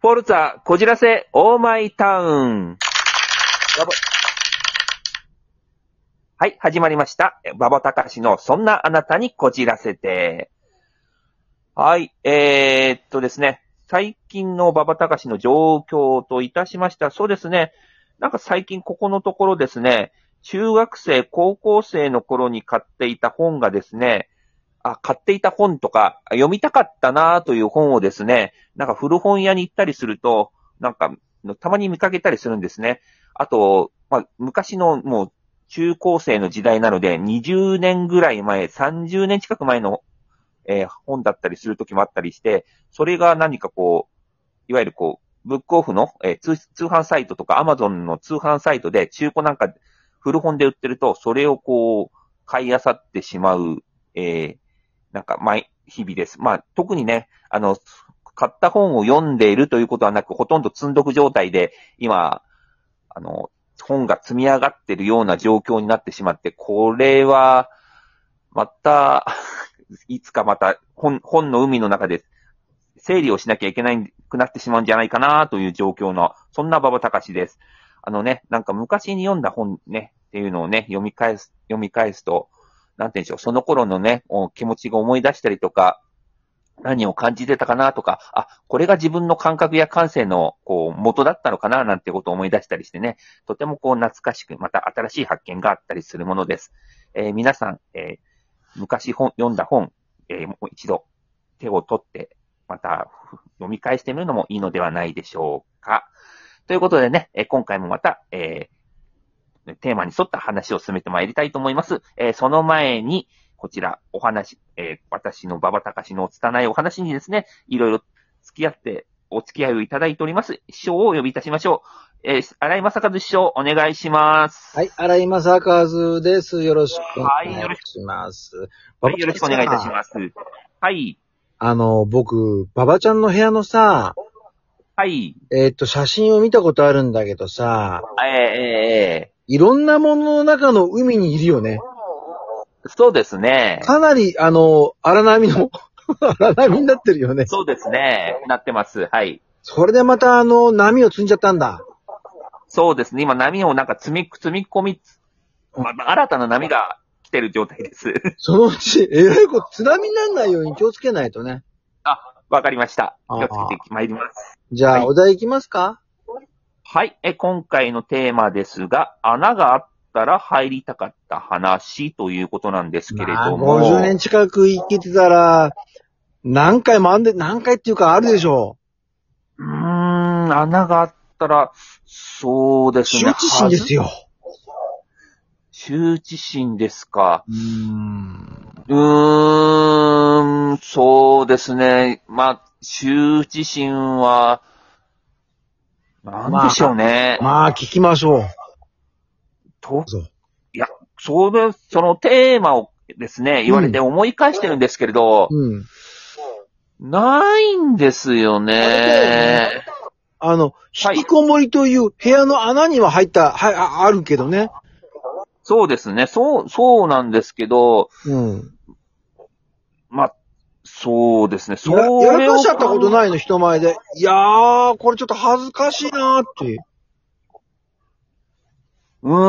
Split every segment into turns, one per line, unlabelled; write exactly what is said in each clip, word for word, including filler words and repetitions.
フォルツァ、こじらせ、オーマイタウン。はい、始まりました。馬場隆のそんなあなたにこじらせて。はい、えー、っとですね、最近の馬場隆の状況といたしました。そうですね、なんか最近ここのところですね、中学生、高校生の頃に買っていた本がですね、あ、買っていた本とか、読みたかったなという本をですね、なんか古本屋に行ったりすると、なんか、たまに見かけたりするんですね。あと、まあ、昔のもう中高生の時代なので、にじゅうねんぐらい前、さんじゅうねん近く前の、えー本だったりする時もあったりして、それが何かこう、いわゆるこう、ブックオフの、えー通、通販サイトとか、アマゾンの通販サイトで中古なんか古本で売ってると、それをこう、買い漁ってしまう、えーなんか、毎日々です。まあ、特にね、あの、買った本を読んでいるということはなく、ほとんど積んどく状態で、今、あの、本が積み上がっているような状況になってしまって、これは、また、いつかまた本、本の海の中で整理をしなきゃいけないくなってしまうんじゃないかなという状況の、そんな馬場隆です。あのね、なんか昔に読んだ本ね、っていうのをね、読み返す、読み返すと、なんて言うんでしょう、その頃のね、気持ちが思い出したりとか、何を感じてたかなとか、あ、これが自分の感覚や感性の、こう、元だったのかななんてことを思い出したりしてね、とてもこう、懐かしく、また新しい発見があったりするものです。えー皆さん、えー昔本、読んだ本、えーもう一度手を取って、また読み返してみるのもいいのではないでしょうか。ということでね、えー今回もまた、えーテーマに沿った話を進めてまいりたいと思います。えーその前に、こちら、お話、えー私の馬場隆の拙いお話にですね、いろいろ付き合って、お付き合いをいただいております。師匠をお呼びいたしましょう。えー、荒井正和師匠、お願いします。
はい、荒井正和です。よろしくお
はい、
願い
よろしく、
します。
はい、よろしくお願いいたします。はい、
あの、僕、馬場ちゃんの部屋のさ、
はい、
えっと、写真を見たことあるんだけどさ、
えー、え
いろんなものの中の海にいるよね。
ー、そうですね。
かなり、あの、荒波の、荒波になってるよね。
そうですね。なってます。はい。
それでまた、あの、波を積んじゃったんだ。
そうですね。今波をなんか積み、積み込み、また新たな波が来てる状態です。
そのうち、えらいこと、津波にならないように気をつけないとね。
あ、わかりました。
あ
気をつけてまいります。
じゃあ、
はい
お題いきますか？
はい。え、今回のテーマですが、穴があったら入りたかった話ということなんですけれ
まあ、
ども。
ごじゅうねん近く生きてたら、何回もあんで、何回っていうかあるでしょ
うーん、穴があったら、そうで
う。
すね。
羞恥心ですよ。
羞恥心ですか。
うーん。
うーん、そうですね。まあ、羞恥心は、なんでしょうね。
まあ、聞きましょう。
と、
そう。
いや、それ、そのテーマをですね、言われて思い返してるんですけれど、
うん。
ないんですよ
あれだよ
ね。
あの、
はい
引きこもりという部屋の穴には入った、はい、ああるけどね。
そうですね。そう、そうなんですけど、
うん。
まあ、そうですね。そ
や
れを。
やらかしちゃったことないの、人前で。いやー、これちょっと恥ずかしいなーっていう。
うー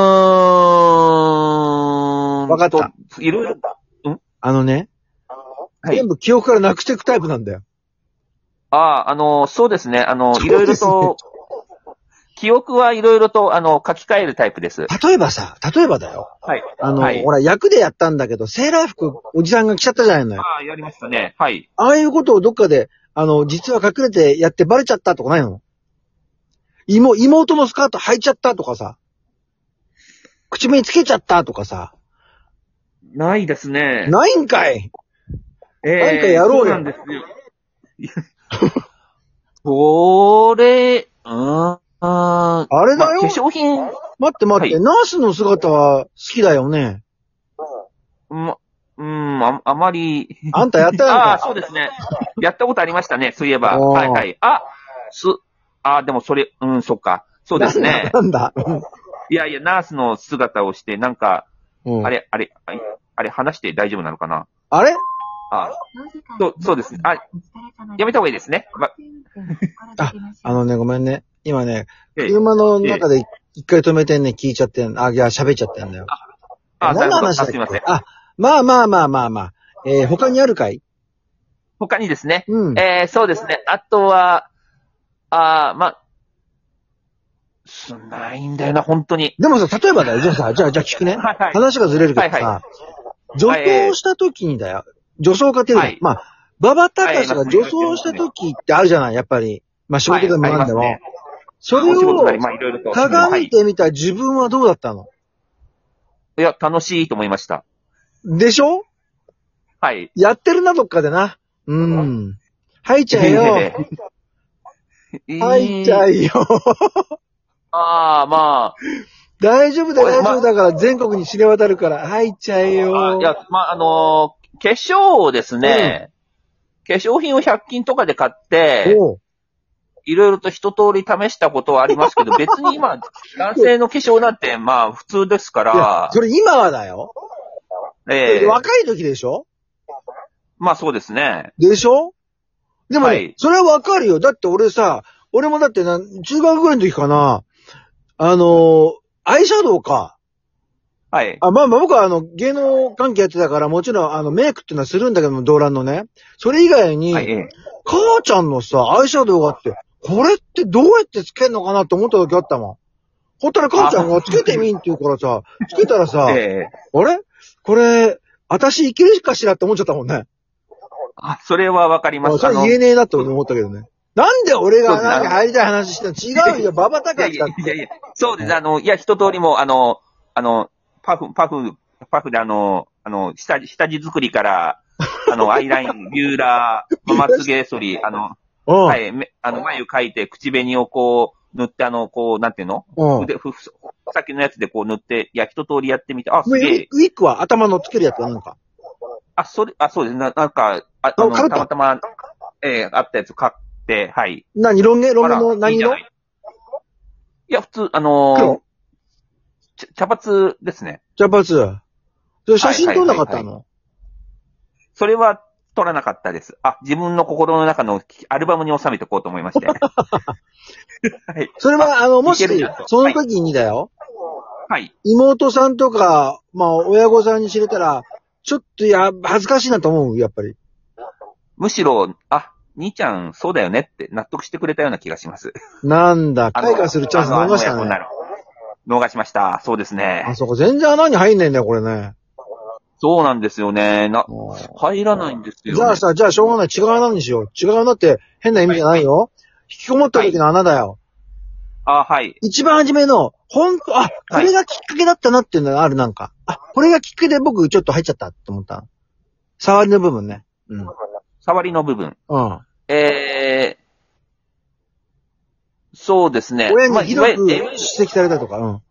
ん。
わかった。
といろいろ、
あのね、
はい。
全部記憶からなくしていくタイプなんだよ。
ああ、あの、そうですね。あの、
そう
いろいろ
ですね
と、記憶はいろいろと、あの、書き換えるタイプです。
例えばさ、例えばだよ。
はい。
あの、
はい
ほら、役でやったんだけど、セーラー服、おじさんが着ちゃったじゃないのよ。
ああ、やりましたね。はい。
ああいうことをどっかで、あの、実は隠れてやってバレちゃったとかないの？妹、妹のスカート履いちゃったとかさ、口紅つけちゃったとかさ、
ないですね。
ないんかい。
ええ
なんかやろうよ
そうなんですよ。これ、うーん、あ
あれだよ
まあ、化粧品、
待って待って、
はい
ナースの姿は好きだよね。
ま、うん、あ、あまり、
あんたやったやん
ああ、
か。
そうですね。やったことありましたね、そういえば。
おー
はいはい。あ、す、あ、でもそれ、うん、そっか。そうですね。
なんだ、
いやいや、ナースの姿をして、なんか、
うん、
あれ、あれ、あれ、あれ話して大丈夫なのかな
あれ
あ、そう、そうです。あ、やめた方がいいですね。ま、
あ、あのね、ごめんね。今ね、
ええ
車の中で一回止めてね、聞いちゃってん、あ、いや、喋っちゃってんだよ。
あ、な
何の
るほど。あ、
話だっけ
すいません。
あ、まあまあまあまあまあ。えー、他にあるかい？
他にですね、
うん。
えー、そうですね。あとは、あー、ま、すないんだよな、本当に。
でもさ、例えばだよ、じゃあさ、じゃあ、じゃあ聞くね。
はいはい。
話がずれるけどさ、
はいは
女装した時にだよ。女装家っていうのは、
はい
まあ、馬場隆
はい
が女装した時ってあるじゃない、やっぱり。まあ仕事でも
はい、あり
なんでも。
ますね。
それ
お仕事なり、
を
まあいろいろと。は
鏡
い。
で見た自分はどうだったの？
いや、楽しいと思いました。
でしょ？
はい。
やってるな、どっかでな。うん。吐いちゃえよ。
えー
吐いちゃえよ。
ああ、ま
大丈夫だよ、
これ
大丈夫だから、全国に知れ渡るから、吐いちゃえ
あ、
よ。
あいや、まあ、あのー化粧をですね、化粧品をひゃく均とかで買って、
おう
いろいろと一通り試したことはありますけど、別に今、男性の化粧なんて、まあ、普通ですか
いや
ら、
それ今はだよ。
ええ
若い時でしょ？
まあそうですね。
でしょ？でもね、
はい
それはわかるよ。だって俺さ、俺もだってな、中学ぐらいの時かな、あのーアイシャドウか。
はい。
あ、まあまあ僕はあの、芸能関係やってたから、もちろんあの、メイクっていうのはするんだけども、動乱のね。それ以外に、
はい、ええ
母ちゃんのさ、アイシャドウがあって、これってどうやってつけんのかなって思った時あったもん。ほったら母ちゃんがつけてみんって言うからさ、つけたらさ、
ええ
あれこれ、私いけるかしらって思っちゃったもんね。
あ、それはわかります。
あそれ言えねえなって思ったけどね。なんで俺が何か入りたい話してんの？違うよ、ババタ
いやい
カだって。
やいやいや、そうです。あの、いや、一通りも、あの、あの、パフ、パフ、パフであの、あの、下地、下地作りから、あの、アイライン、ビューラー、まつげ剃り、あの、
うん。
はい、めあの、眉描いて、口紅をこう、塗って、あの、こう、なんていうの
うん。
腕、ふ、ふ先のやつでこう塗って、いや、一通りやってみて、あ、す
ウィ
げえ。
ウィッグは頭のつけるやつはなんか。
あ、それ、あ、そうです。な、なんか、あ、あの、
あ買った
たまたま、ええあったやつ買って、はい。
何ロン毛ロン毛
あら
の何色？
いいじゃないいや、普通、あのー
黒
ち茶髪ですね。
茶髪。それ写真撮んなかった
はい
の？
それは撮らなかったです。あ、自分の心の中のアルバムに収めておこうと思いまして。はい。
それは、あの、もし
いけるじゃん、
その時にだよ。
はい。
妹さんとか、まあ、親御さんに知れたら、ちょっと、や、恥ずかしいなと思う、やっぱり。
むしろ、あ、兄ちゃん、そうだよねって納得してくれたような気がします。
なんだ、
あの
開花するチャンス逃したね。
あのあの逃しました。そうです
あ
ね。
そこ全然穴に入んないんだよ、これね。
そうなんですよね。な、
もう
入らないんですよ、ね。
じゃあさ、じゃあしょうがない。違う穴にしよう。違う穴って変な意味じゃないよ。引きこもった時の穴だよ。
あ、はい。
一番初めの、ほんと、あ、これがきっかけだったなっていうのがある、なんか。あ、これがきっかけで僕ちょっと入っちゃったって思ったの。触りの部分ね。うん。
触りの部分。
うん。
えー、そうですね。
親にひどく
まあいわゆる
指摘されたとか、うん。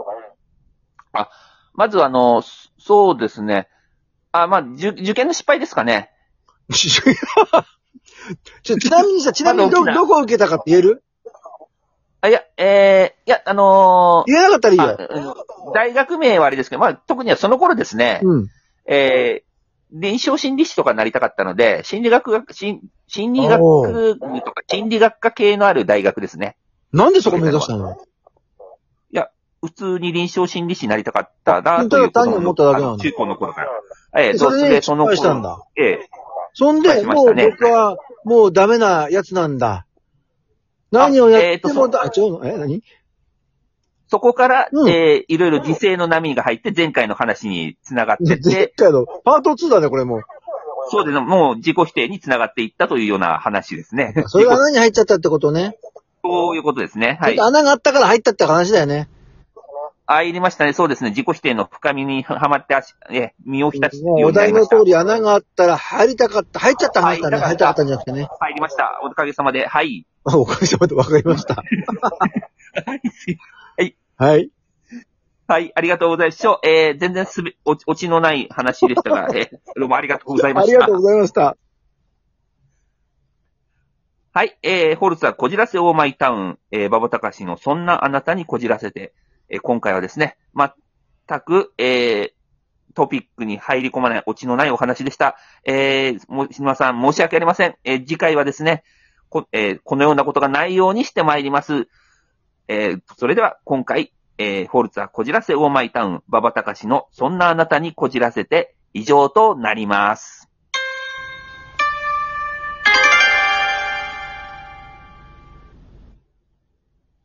まずあの、そうですね。あ、まあ、受受験の失敗ですかね。
ちょちなみにさ、ちなみにど、
まだ大きな
どこを受けたかって言える？
あ、いや、えー、いや、あのー
言えなかったらいい
あ
よ。
あの大学名はあれですけど、まあ、特にはその頃ですね、
うん。
えー、臨床心理士とかになりたかったので、心理学学、心心理学部とか心理学科系のある大学ですね。
なんでそこ目指したの？
普通に臨床心理士になりたかったな、
あ
という
単に思っただけなの
あの中高の頃から。ええ、
それで
その
失敗したんだ。
ええ、
そんで、もう
失敗しましたね
僕は、もうダメなやつなんだ。何をやってもだ、あ、違うの？え、何？
そこから、
うん
えーいろいろ時勢の波が入って前回の話に繋がってっ
前
て、
回の、パートツーだね、これもう。
そうですね、もう自己否定に繋がっていったというような話ですね。
それが穴に入っちゃったってことね。
そういうことですね。はい
ちょっと。穴があったから入ったって話だよね。
入りましたね。そうですね。自己否定の深みにはまって足、え、身を浸すよ
もうお
うになりました。
題の通り穴があったら入りたかった。入っちゃった話だね。
入りたかった
入りたかったんじゃなくてね。
入りました。おかげさまで。はい。
あおかげさまでわかりました。
はい。
はい。
はい。ありがとうございます。えー、全然すべ、おオチのない話でしたが、えー、どうもありがとうございました。
ありがとうございました。
はい。えー、ホルツァこじらせオーマイタウン、えー、バボタカシのそんなあなたにこじらせて、えー、今回はですね、全く、えー、トピックに入り込まない、オチのないお話でした。えー、も、しまさん、申し訳ありません。えー、次回はですね、 こ、えーこのようなことがないようにしてまいります。えーそれでは今回、えーフォルツァこじらせオーマイタウン、馬場隆のそんなあなたにこじらせて以上となります。